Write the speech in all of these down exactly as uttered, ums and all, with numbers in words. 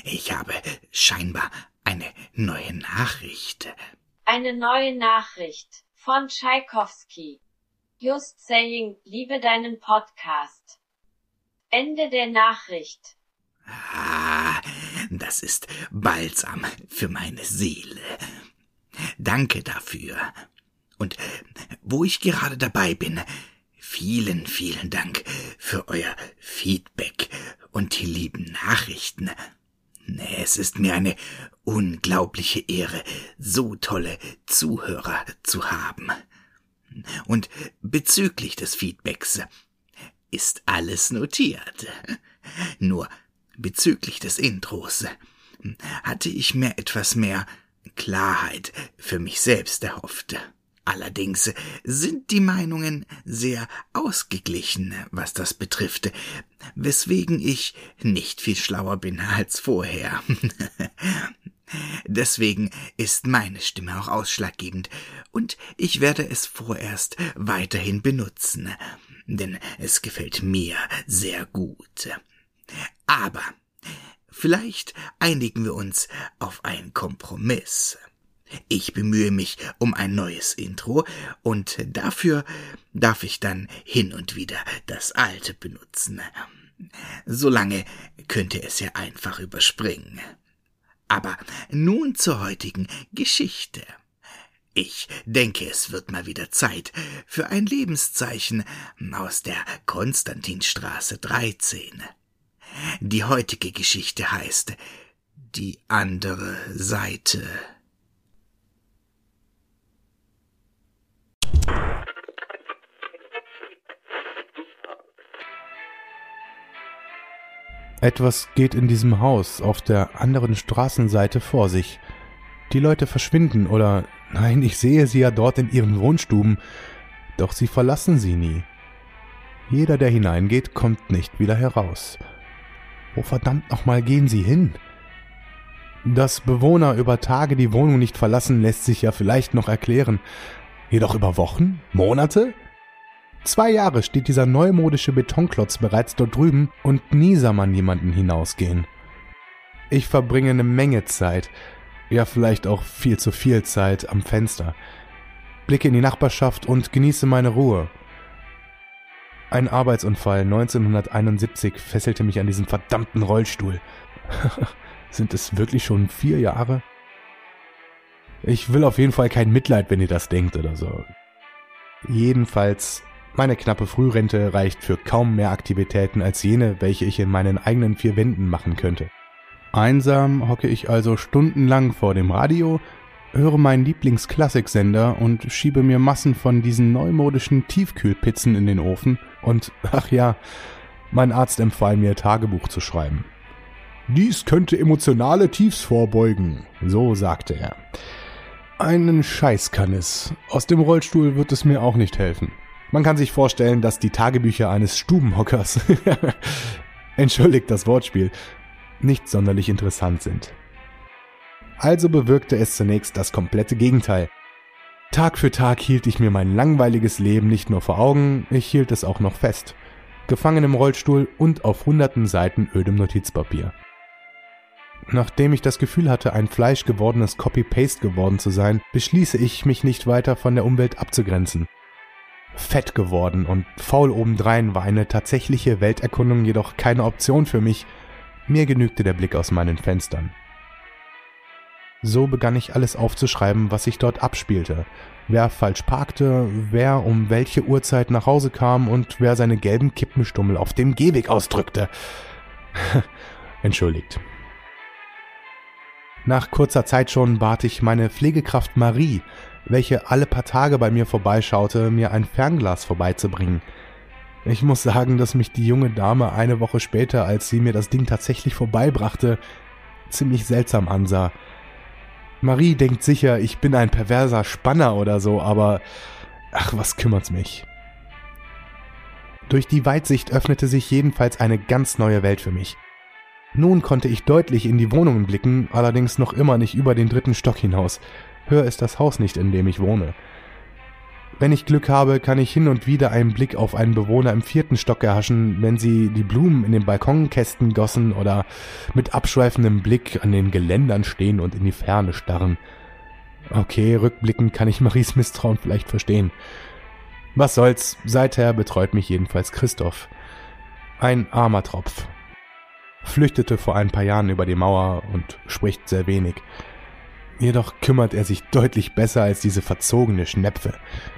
Ich habe scheinbar eine neue Nachricht. Eine neue Nachricht von Tschaikowski. Just saying, liebe deinen Podcast. Ende der Nachricht. Ah, das ist Balsam für meine Seele. Danke dafür. Und wo ich gerade dabei bin, vielen, vielen Dank für euer Feedback und die lieben Nachrichten. Es ist mir eine unglaubliche Ehre, so tolle Zuhörer zu haben. Und bezüglich des Feedbacks ist alles notiert. Nur bezüglich des Intros hatte ich mir etwas mehr Klarheit für mich selbst erhofft. Allerdings sind die Meinungen sehr ausgeglichen, was das betrifft, weswegen ich nicht viel schlauer bin als vorher. Deswegen ist meine Stimme auch ausschlaggebend, und ich werde es vorerst weiterhin benutzen, denn es gefällt mir sehr gut. Aber vielleicht einigen wir uns auf einen Kompromiss. Ich bemühe mich um ein neues Intro, und dafür darf ich dann hin und wieder das alte benutzen. Solange könnte es ja einfach überspringen. Aber nun zur heutigen Geschichte. Ich denke, es wird mal wieder Zeit für ein Lebenszeichen aus der Konstantinstraße dreizehn. Die heutige Geschichte heißt Die andere Seite. Etwas geht in diesem Haus auf der anderen Straßenseite vor sich. Die Leute verschwinden oder, nein, ich sehe sie ja dort in ihren Wohnstuben, doch sie verlassen sie nie. Jeder, der hineingeht, kommt nicht wieder heraus. Wo verdammt nochmal gehen sie hin? Dass Bewohner über Tage die Wohnung nicht verlassen, lässt sich ja vielleicht noch erklären. Jedoch über Wochen? Monate? Zwei Jahre steht dieser neumodische Betonklotz bereits dort drüben und nie sah man jemanden hinausgehen. Ich verbringe eine Menge Zeit, ja vielleicht auch viel zu viel Zeit am Fenster, blicke in die Nachbarschaft und genieße meine Ruhe. Ein Arbeitsunfall neunzehnhunderteinundsiebzig fesselte mich an diesen verdammten Rollstuhl. Sind es wirklich schon vier Jahre? Ich will auf jeden Fall kein Mitleid, wenn ihr das denkt oder so. Jedenfalls, meine knappe Frührente reicht für kaum mehr Aktivitäten als jene, welche ich in meinen eigenen vier Wänden machen könnte. Einsam hocke ich also stundenlang vor dem Radio, höre meinen Lieblingsklassiksender und schiebe mir Massen von diesen neumodischen Tiefkühlpizzen in den Ofen und, ach ja, mein Arzt empfahl mir, Tagebuch zu schreiben. Dies könnte emotionale Tiefs vorbeugen, so sagte er. Einen Scheiß kann es. Aus dem Rollstuhl wird es mir auch nicht helfen. Man kann sich vorstellen, dass die Tagebücher eines Stubenhockers, entschuldigt das Wortspiel, nicht sonderlich interessant sind. Also bewirkte es zunächst das komplette Gegenteil. Tag für Tag hielt ich mir mein langweiliges Leben nicht nur vor Augen, ich hielt es auch noch fest. Gefangen im Rollstuhl und auf hunderten Seiten ödem Notizpapier. Nachdem ich das Gefühl hatte, ein fleischgewordenes Copy-Paste geworden zu sein, beschließe ich, mich nicht weiter von der Umwelt abzugrenzen. Fett geworden und faul obendrein war eine tatsächliche Welterkundung jedoch keine Option für mich. Mir genügte der Blick aus meinen Fenstern. So begann ich alles aufzuschreiben, was sich dort abspielte. Wer falsch parkte, wer um welche Uhrzeit nach Hause kam und wer seine gelben Kippenstummel auf dem Gehweg ausdrückte. Entschuldigt. Nach kurzer Zeit schon bat ich meine Pflegekraft Marie, welche alle paar Tage bei mir vorbeischaute, mir ein Fernglas vorbeizubringen. Ich muss sagen, dass mich die junge Dame eine Woche später, als sie mir das Ding tatsächlich vorbeibrachte, ziemlich seltsam ansah. Marie denkt sicher, ich bin ein perverser Spanner oder so, aber ach, was kümmert's mich. Durch die Weitsicht öffnete sich jedenfalls eine ganz neue Welt für mich. Nun konnte ich deutlich in die Wohnungen blicken, allerdings noch immer nicht über den dritten Stock hinaus. Höher ist das Haus nicht, in dem ich wohne. Wenn ich Glück habe, kann ich hin und wieder einen Blick auf einen Bewohner im vierten Stock erhaschen, wenn sie die Blumen in den Balkonkästen gossen oder mit abschweifendem Blick an den Geländern stehen und in die Ferne starren. Okay, rückblickend kann ich Maries Misstrauen vielleicht verstehen. Was soll's, seither betreut mich jedenfalls Christoph. Ein armer Tropf. Flüchtete vor ein paar Jahren über die Mauer und spricht sehr wenig. Jedoch kümmert er sich deutlich besser als diese verzogene Schnepfe.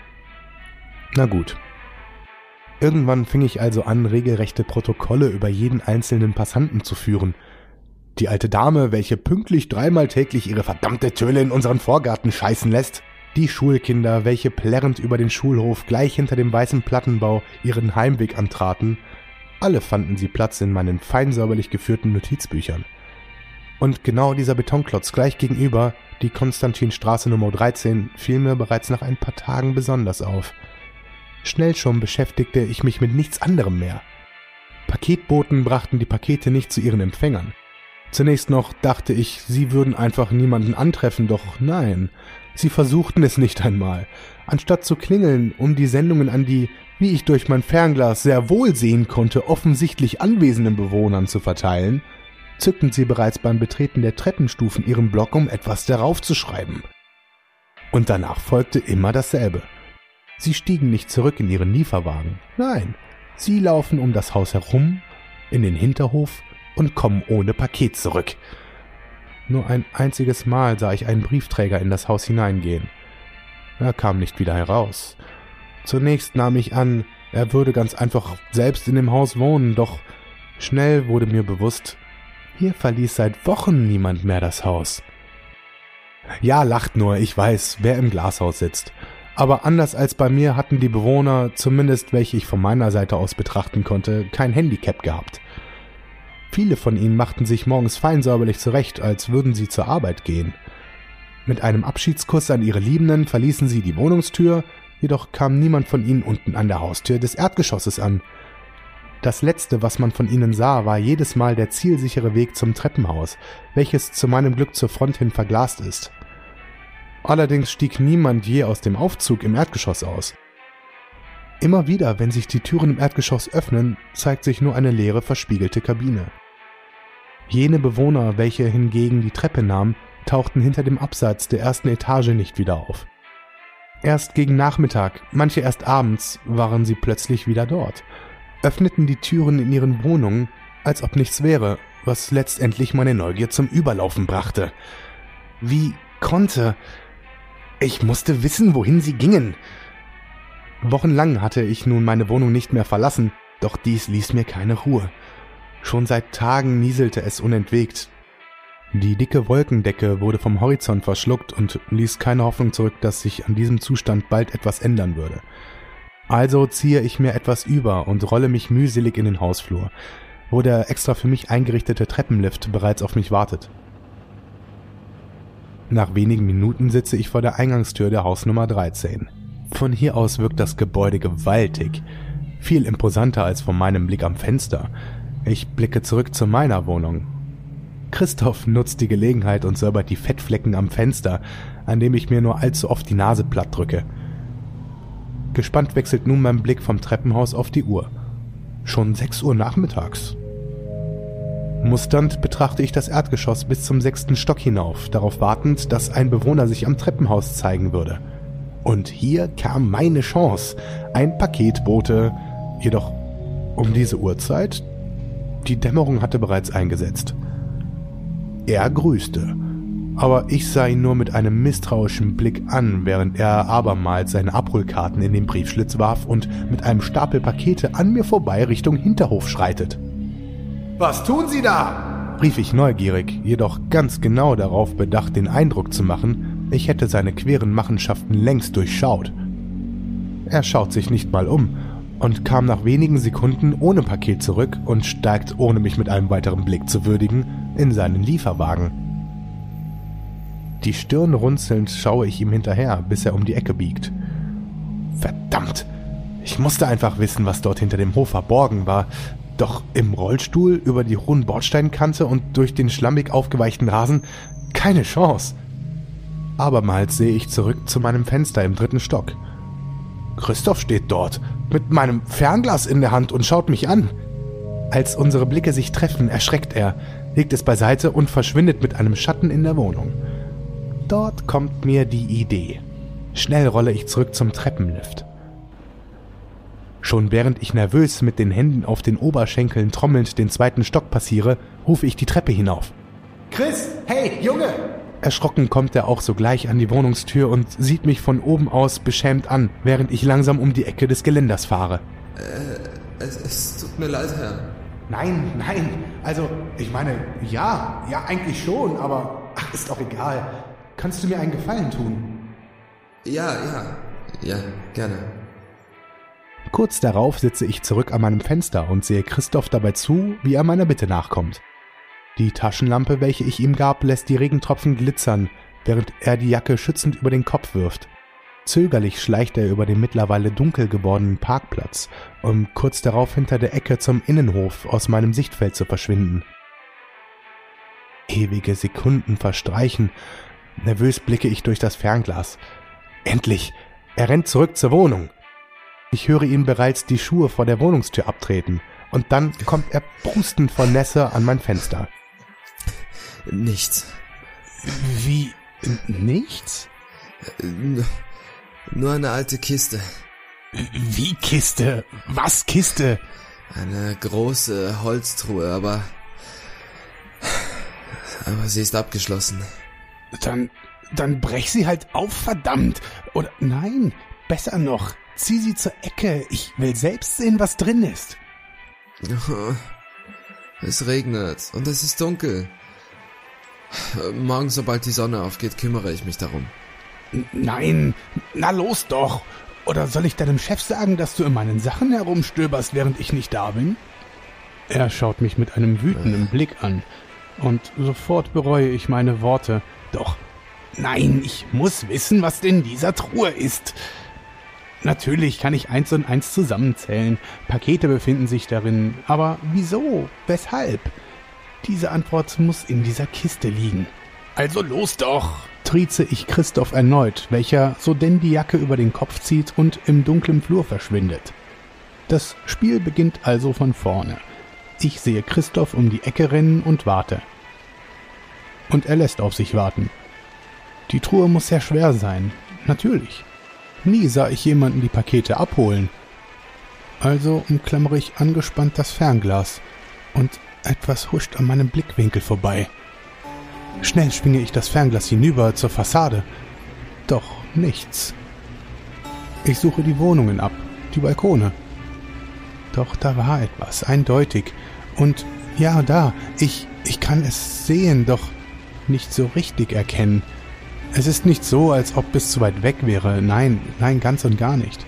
Na gut. Irgendwann fing ich also an, regelrechte Protokolle über jeden einzelnen Passanten zu führen. Die alte Dame, welche pünktlich dreimal täglich ihre verdammte Töle in unseren Vorgarten scheißen lässt. Die Schulkinder, welche plärrend über den Schulhof gleich hinter dem weißen Plattenbau ihren Heimweg antraten. Alle fanden sie Platz in meinen fein säuberlich geführten Notizbüchern. Und genau dieser Betonklotz gleich gegenüber, die Konstantinstraße Nummer dreizehn, fiel mir bereits nach ein paar Tagen besonders auf. Schnell schon beschäftigte ich mich mit nichts anderem mehr. Paketboten brachten die Pakete nicht zu ihren Empfängern. Zunächst noch dachte ich, sie würden einfach niemanden antreffen, doch nein, sie versuchten es nicht einmal. Anstatt zu klingeln, um die Sendungen an die, wie ich durch mein Fernglas sehr wohl sehen konnte, offensichtlich anwesenden Bewohnern zu verteilen, zückten sie bereits beim Betreten der Treppenstufen ihren Block, um etwas darauf zu schreiben. Und danach folgte immer dasselbe. Sie stiegen nicht zurück in ihren Lieferwagen. Nein, sie laufen um das Haus herum, in den Hinterhof und kommen ohne Paket zurück. Nur ein einziges Mal sah ich einen Briefträger in das Haus hineingehen. Er kam nicht wieder heraus. Zunächst nahm ich an, er würde ganz einfach selbst in dem Haus wohnen, doch schnell wurde mir bewusst, hier verließ seit Wochen niemand mehr das Haus. Ja, lacht nur, ich weiß, wer im Glashaus sitzt. Aber anders als bei mir hatten die Bewohner, zumindest welche ich von meiner Seite aus betrachten konnte, kein Handicap gehabt. Viele von ihnen machten sich morgens fein säuberlich zurecht, als würden sie zur Arbeit gehen. Mit einem Abschiedskuss an ihre Liebenden verließen sie die Wohnungstür, jedoch kam niemand von ihnen unten an der Haustür des Erdgeschosses an. Das Letzte, was man von ihnen sah, war jedes Mal der zielsichere Weg zum Treppenhaus, welches zu meinem Glück zur Front hin verglast ist. Allerdings stieg niemand je aus dem Aufzug im Erdgeschoss aus. Immer wieder, wenn sich die Türen im Erdgeschoss öffnen, zeigt sich nur eine leere, verspiegelte Kabine. Jene Bewohner, welche hingegen die Treppe nahmen, tauchten hinter dem Absatz der ersten Etage nicht wieder auf. Erst gegen Nachmittag, manche erst abends, waren sie plötzlich wieder dort, öffneten die Türen in ihren Wohnungen, als ob nichts wäre, was letztendlich meine Neugier zum Überlaufen brachte. Wie konnte... Ich musste wissen, wohin sie gingen. Wochenlang hatte ich nun meine Wohnung nicht mehr verlassen, doch dies ließ mir keine Ruhe. Schon seit Tagen nieselte es unentwegt. Die dicke Wolkendecke wurde vom Horizont verschluckt und ließ keine Hoffnung zurück, dass sich an diesem Zustand bald etwas ändern würde. Also ziehe ich mir etwas über und rolle mich mühselig in den Hausflur, wo der extra für mich eingerichtete Treppenlift bereits auf mich wartet. Nach wenigen Minuten sitze ich vor der Eingangstür der Hausnummer dreizehn. Von hier aus wirkt das Gebäude gewaltig, viel imposanter als von meinem Blick am Fenster. Ich blicke zurück zu meiner Wohnung. Christoph nutzt die Gelegenheit und säubert die Fettflecken am Fenster, an dem ich mir nur allzu oft die Nase platt drücke. Gespannt wechselt nun mein Blick vom Treppenhaus auf die Uhr. Schon sechs Uhr nachmittags. Musternd betrachte ich das Erdgeschoss bis zum sechsten Stock hinauf, darauf wartend, dass ein Bewohner sich am Treppenhaus zeigen würde. Und hier kam meine Chance, ein Paketbote, jedoch um diese Uhrzeit. Die Dämmerung hatte bereits eingesetzt. Er grüßte, aber ich sah ihn nur mit einem misstrauischen Blick an, während er abermals seine Abholkarten in den Briefschlitz warf und mit einem Stapel Pakete an mir vorbei Richtung Hinterhof schreitet. »Was tun Sie da?« rief ich neugierig, jedoch ganz genau darauf bedacht, den Eindruck zu machen, ich hätte seine queren Machenschaften längst durchschaut. Er schaut sich nicht mal um und kam nach wenigen Sekunden ohne Paket zurück und steigt, ohne mich mit einem weiteren Blick zu würdigen, in seinen Lieferwagen. Die Stirn runzelnd schaue ich ihm hinterher, bis er um die Ecke biegt. Verdammt! Ich musste einfach wissen, was dort hinter dem Hof verborgen war, doch im Rollstuhl über die hohen Bordsteinkante und durch den schlammig aufgeweichten Rasen keine Chance. Abermals sehe ich zurück zu meinem Fenster im dritten Stock. Christoph steht dort, mit meinem Fernglas in der Hand und schaut mich an. Als unsere Blicke sich treffen, erschreckt er, legt es beiseite und verschwindet mit einem Schatten in der Wohnung. Dort kommt mir die Idee. Schnell rolle ich zurück zum Treppenlift. Schon während ich nervös mit den Händen auf den Oberschenkeln trommelnd den zweiten Stock passiere, rufe ich die Treppe hinauf. Chris, hey, Junge! Erschrocken kommt er auch sogleich an die Wohnungstür und sieht mich von oben aus beschämt an, während ich langsam um die Ecke des Geländers fahre. Äh, es, es tut mir leid, Herr. Nein, nein, also, ich meine, ja, ja, eigentlich schon, aber ach, ist doch egal. Kannst du mir einen Gefallen tun? Ja, ja, ja, gerne. Kurz darauf sitze ich zurück an meinem Fenster und sehe Christoph dabei zu, wie er meiner Bitte nachkommt. Die Taschenlampe, welche ich ihm gab, lässt die Regentropfen glitzern, während er die Jacke schützend über den Kopf wirft. Zögerlich schleicht er über den mittlerweile dunkel gewordenen Parkplatz, um kurz darauf hinter der Ecke zum Innenhof aus meinem Sichtfeld zu verschwinden. Ewige Sekunden verstreichen. Nervös blicke ich durch das Fernglas. Endlich! Er rennt zurück zur Wohnung. Ich höre ihn bereits die Schuhe vor der Wohnungstür abtreten, und dann kommt er prustend vor Nässe an mein Fenster. Nichts. Wie? Nichts? Nur eine alte Kiste. Wie Kiste? Was Kiste? Eine große Holztruhe, aber... Aber sie ist abgeschlossen. Dann, dann brech sie halt auf, verdammt! Oder nein, besser noch, zieh sie zur Ecke. Ich will selbst sehen, was drin ist. Es regnet und es ist dunkel. Morgen, sobald die Sonne aufgeht, kümmere ich mich darum. Nein, na los doch. Oder soll ich deinem Chef sagen, dass du in meinen Sachen herumstöberst, während ich nicht da bin? Er schaut mich mit einem wütenden Blick an. Und sofort bereue ich meine Worte. Doch, nein, ich muss wissen, was in dieser Truhe ist. Natürlich kann ich eins und eins zusammenzählen. Pakete befinden sich darin. Aber wieso? Weshalb? Diese Antwort muss in dieser Kiste liegen. Also los doch! Trieze ich Christoph erneut, welcher so denn die Jacke über den Kopf zieht und im dunklen Flur verschwindet. Das Spiel beginnt also von vorne. Ich sehe Christoph um die Ecke rennen und warte. Und er lässt auf sich warten. Die Truhe muss sehr schwer sein. Natürlich. Nie sah ich jemanden die Pakete abholen. Also umklammere ich angespannt das Fernglas und etwas huscht an meinem Blickwinkel vorbei. Schnell schwinge ich das Fernglas hinüber zur Fassade. Doch nichts. Ich suche die Wohnungen ab, die Balkone. Doch da war etwas, eindeutig. Und ja, da, ich, ich kann es sehen, doch nicht so richtig erkennen. Es ist nicht so, als ob es zu weit weg wäre. Nein, nein, ganz und gar nicht.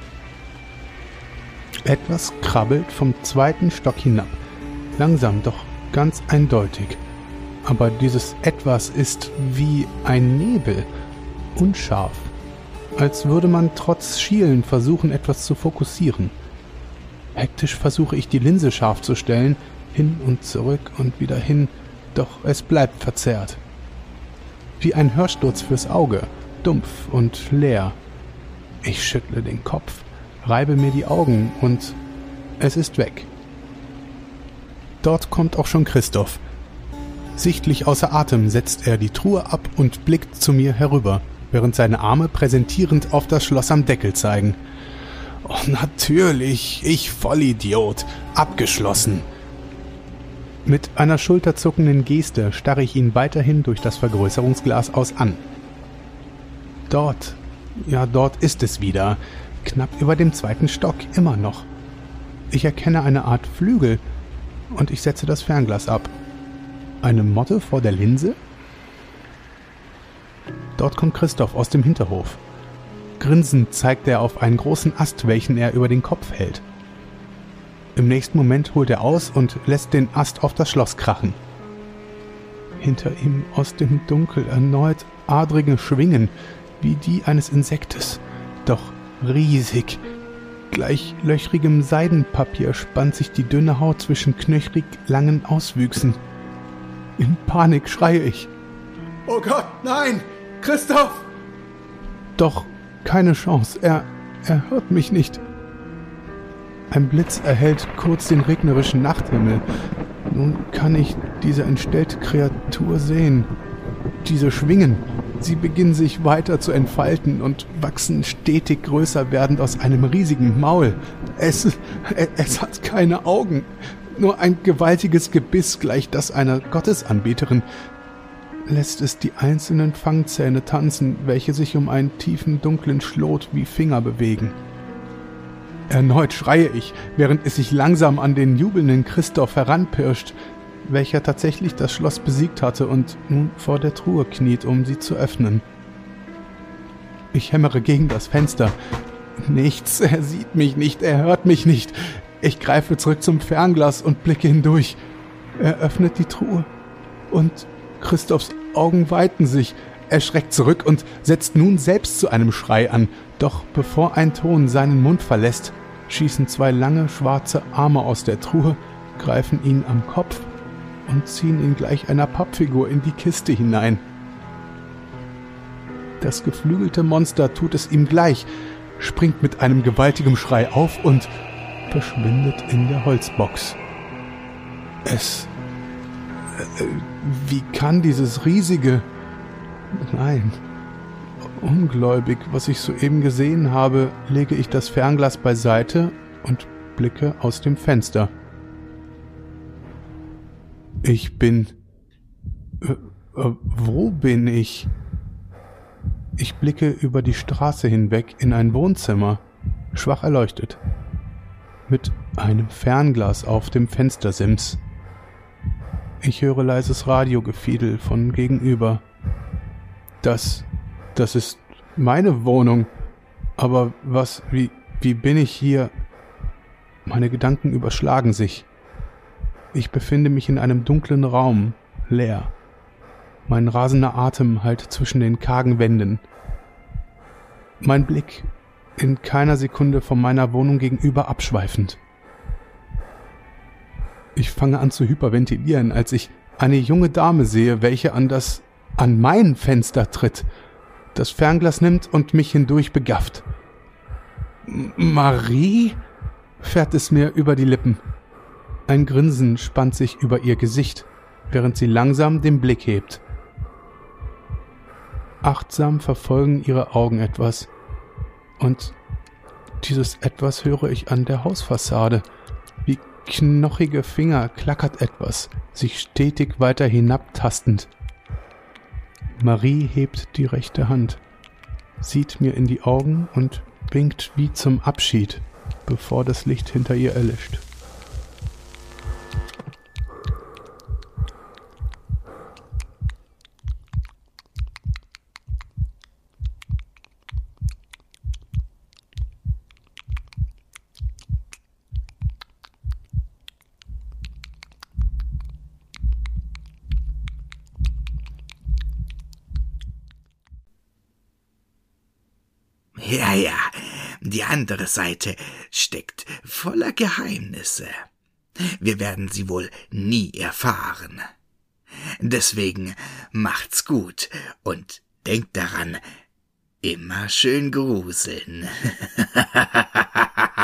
Etwas krabbelt vom zweiten Stock hinab. Langsam, doch ganz eindeutig. Aber dieses Etwas ist wie ein Nebel, unscharf. Als würde man trotz Schielen versuchen, etwas zu fokussieren. Hektisch versuche ich, die Linse scharf zu stellen, hin und zurück und wieder hin, doch es bleibt verzerrt. Wie ein Hörsturz fürs Auge, dumpf und leer. Ich schüttle den Kopf, reibe mir die Augen und es ist weg. Dort kommt auch schon Christoph. Sichtlich außer Atem setzt er die Truhe ab und blickt zu mir herüber, während seine Arme präsentierend auf das Schloss am Deckel zeigen. Oh, natürlich, ich Vollidiot, abgeschlossen. Mit einer schulterzuckenden Geste starre ich ihn weiterhin durch das Vergrößerungsglas aus an. Dort, ja dort ist es wieder, knapp über dem zweiten Stock, immer noch. Ich erkenne eine Art Flügel und ich setze das Fernglas ab. Eine Motte vor der Linse? Dort kommt Christoph aus dem Hinterhof. Grinsend zeigt er auf einen großen Ast, welchen er über den Kopf hält. Im nächsten Moment holt er aus und lässt den Ast auf das Schloss krachen. Hinter ihm aus dem Dunkel erneut adrige Schwingen, wie die eines Insektes, doch riesig. Gleich löchrigem Seidenpapier spannt sich die dünne Haut zwischen knöchrig langen Auswüchsen. In Panik schreie ich. Oh Gott, nein! Christoph! Doch keine Chance. Er, er hört mich nicht. Ein Blitz erhellt kurz den regnerischen Nachthimmel. Nun kann ich diese entstellte Kreatur sehen. Diese Schwingen, sie beginnen sich weiter zu entfalten und wachsen stetig größer werdend aus einem riesigen Maul. Es, es hat keine Augen, nur ein gewaltiges Gebiss gleich das einer Gottesanbeterin. Lässt es die einzelnen Fangzähne tanzen, welche sich um einen tiefen, dunklen Schlot wie Finger bewegen. Erneut schreie ich, während es sich langsam an den jubelnden Christoph heranpirscht, welcher tatsächlich das Schloss besiegt hatte und nun vor der Truhe kniet, um sie zu öffnen. Ich hämmere gegen das Fenster. Nichts, er sieht mich nicht, er hört mich nicht. Ich greife zurück zum Fernglas und blicke hindurch. Er öffnet die Truhe und Christophs Augen weiten sich. Er schreckt zurück und setzt nun selbst zu einem Schrei an. Doch bevor ein Ton seinen Mund verlässt, schießen zwei lange schwarze Arme aus der Truhe, greifen ihn am Kopf und ziehen ihn gleich einer Pappfigur in die Kiste hinein. Das geflügelte Monster tut es ihm gleich, springt mit einem gewaltigen Schrei auf und verschwindet in der Holzbox. Es... Äh, wie kann dieses riesige... Nein... Ungläubig, was ich soeben gesehen habe, lege ich das Fernglas beiseite und blicke aus dem Fenster. Ich bin... Äh, äh, wo bin ich? Ich blicke über die Straße hinweg in ein Wohnzimmer, schwach erleuchtet, mit einem Fernglas auf dem Fenstersims. Ich höre leises Radiogefiedel von gegenüber. Das... Das ist meine Wohnung. Aber was, wie, wie bin ich hier? Meine Gedanken überschlagen sich. Ich befinde mich in einem dunklen Raum, leer. Mein rasender Atem hallt zwischen den kargen Wänden. Mein Blick in keiner Sekunde von meiner Wohnung gegenüber abschweifend. Ich fange an zu hyperventilieren, als ich eine junge Dame sehe, welche an das, an mein Fenster tritt, das Fernglas nimmt und mich hindurch begafft. Marie? Fährt es mir über die Lippen. Ein Grinsen spannt sich über ihr Gesicht, während sie langsam den Blick hebt. Achtsam verfolgen ihre Augen etwas. Und dieses Etwas höre ich an der Hausfassade. Wie knochige Finger klackert etwas, sich stetig weiter hinabtastend. Marie hebt die rechte Hand, sieht mir in die Augen und winkt wie zum Abschied, bevor das Licht hinter ihr erlischt. Ja, ja, die andere Seite steckt voller Geheimnisse. Wir werden sie wohl nie erfahren. Deswegen macht's gut und denkt daran, immer schön gruseln.